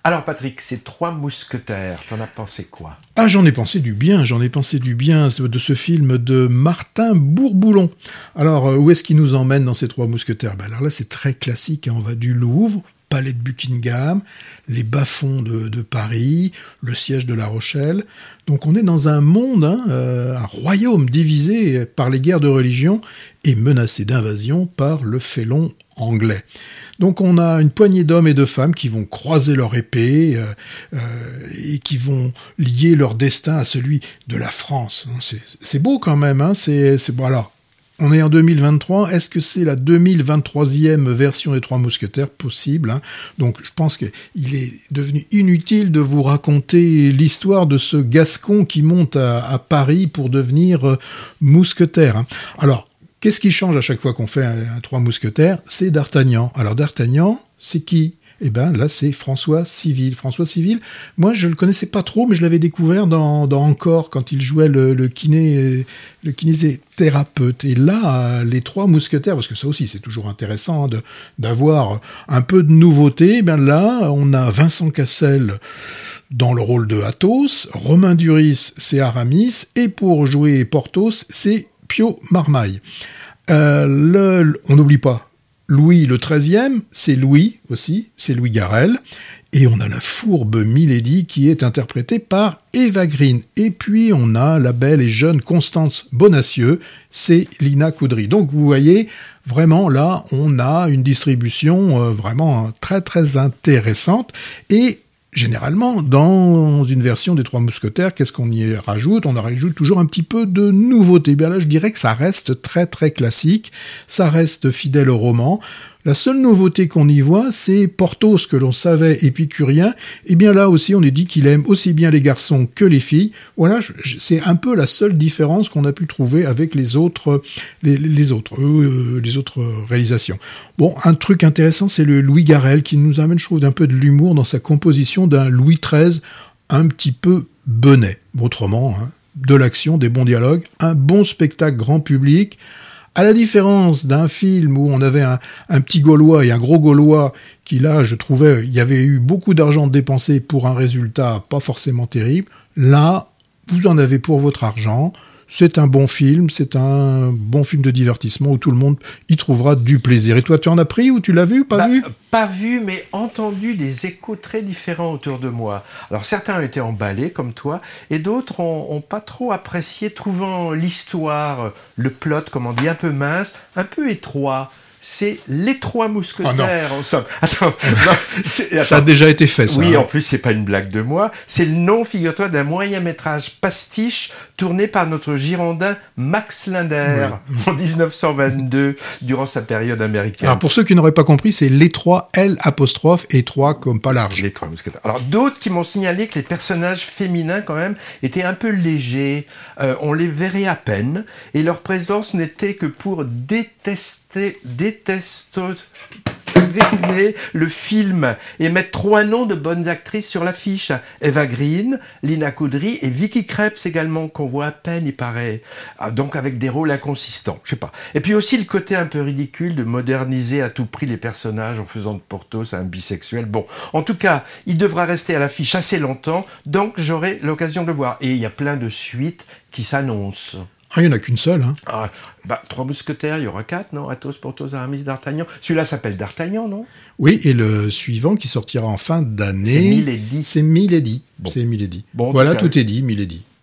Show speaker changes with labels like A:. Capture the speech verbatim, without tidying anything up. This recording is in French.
A: Alors Patrick, ces trois mousquetaires, t'en as pensé quoi?
B: Ah, j'en ai pensé du bien, j'en ai pensé du bien de ce film de Martin Bourboulon. Alors, où est-ce qu'il nous emmène dans ces trois mousquetaires? Ben alors là, c'est très classique, hein. On va du Louvre, Palais de Buckingham, les bas-fonds de, de Paris, le siège de La Rochelle. Donc on est dans un monde, hein, euh, un royaume divisé par les guerres de religion et menacé d'invasion par le félon anglais. Donc on a une poignée d'hommes et de femmes qui vont croiser leur épée euh, euh, et qui vont lier leur destin à celui de la France. C'est, c'est beau quand même, hein, c'est, c'est bon. Alors, on est en deux mille vingt-trois, est-ce que c'est la deux mille vingt-troisième version des Trois Mousquetaires? Possible, hein. Donc je pense qu'il est devenu inutile de vous raconter l'histoire de ce Gascon qui monte à, à Paris pour devenir euh, mousquetaire, hein. Alors, qu'est-ce qui change à chaque fois qu'on fait un, un Trois Mousquetaires? C'est D'Artagnan. Alors D'Artagnan, c'est qui? Eh ben là, c'est François Civil. François Civil, moi je le connaissais pas trop, mais je l'avais découvert dans, dans Encore, quand il jouait le, le kiné, le kinésithérapeute. Et là, les Trois Mousquetaires, parce que ça aussi c'est toujours intéressant hein, de, d'avoir un peu de nouveauté. Eh ben là, on a Vincent Cassel dans le rôle de Athos, Romain Duris, c'est Aramis, et pour jouer Porthos, c'est Pio Marmaille. Euh, le, le, on n'oublie pas. Louis le treizième, c'est Louis aussi, c'est Louis Garrel, et on a la fourbe Milady qui est interprétée par Eva Green. Et puis on a la belle et jeune Constance Bonacieux, c'est Lina Coudry. Donc vous voyez, vraiment là, on a une distribution euh, vraiment très très intéressante, et généralement, dans une version des Trois Mousquetaires, qu'est-ce qu'on y rajoute? On rajoute toujours un petit peu de nouveauté. Bien là, je dirais que ça reste très très classique, ça reste fidèle au roman. La seule nouveauté qu'on y voit, c'est Porthos, que l'on savait épicurien. Et bien là aussi, on est dit qu'il aime aussi bien les garçons que les filles. Voilà, je, je, c'est un peu la seule différence qu'on a pu trouver avec les autres, les, les autres, euh, les autres réalisations. Bon, un truc intéressant, c'est le Louis Garrel, qui nous amène, je trouve, un peu de l'humour dans sa composition d'un Louis treize un petit peu benet. Autrement, hein, de l'action, des bons dialogues, un bon spectacle grand public. À la différence d'un film où on avait un, un petit Gaulois et un gros Gaulois qui, là, je trouvais, il y avait eu beaucoup d'argent dépensé pour un résultat pas forcément terrible. Là, vous en avez pour votre argent. C'est un bon film, c'est un bon film de divertissement où tout le monde y trouvera du plaisir. Et toi, tu en as pris ou tu l'as vu, pas
A: bah,
B: vu?
A: Pas vu, mais entendu des échos très différents autour de moi. Alors certains ont été emballés, comme toi, et d'autres ont, ont pas trop apprécié, trouvant l'histoire, le plot, comme on dit, un peu mince, un peu étroit. C'est les Trois Mousquetaires,
B: oh
A: en somme. Attends, non, c'est, attends.
B: Ça a déjà été fait, ça.
A: Oui,
B: hein.
A: En plus, c'est pas une blague de moi. C'est le nom, figure-toi, d'un moyen-métrage pastiche tourné par notre Girondin Max Linder oui. en dix-neuf cent vingt-deux, durant sa période américaine.
B: Alors, pour ceux qui n'auraient pas compris, c'est les trois L apostrophe et trois comme pas large.
A: Les Trois Mousquetaires. Alors, d'autres qui m'ont signalé que les personnages féminins, quand même, étaient un peu légers. Euh, on les verrait à peine. Et leur présence n'était que pour détester, détester le film et mettre trois noms de bonnes actrices sur l'affiche. Eva Green, Lina Coudry et Vicky Krieps également, qu'on voit à peine, il paraît. Ah, donc avec des rôles inconsistants, je sais pas. Et puis aussi le côté un peu ridicule de moderniser à tout prix les personnages en faisant de Porthos un bisexuel. Bon, en tout cas, il devra rester à l'affiche assez longtemps, donc j'aurai l'occasion de le voir. Et il y a plein de suites qui s'annoncent.
B: Ah, il n'y en a qu'une seule, hein.
A: Ah, bah, Trois Mousquetaires, il y aura quatre, non? Athos, Porthos, Aramis, D'Artagnan. Celui-là s'appelle D'Artagnan, non?
B: Oui, et le suivant qui sortira en fin d'année...
A: C'est Milady.
B: C'est Milady.
A: Bon.
B: C'est Milady.
A: Bon,
B: voilà,
A: tout,
B: tout est dit, Milady.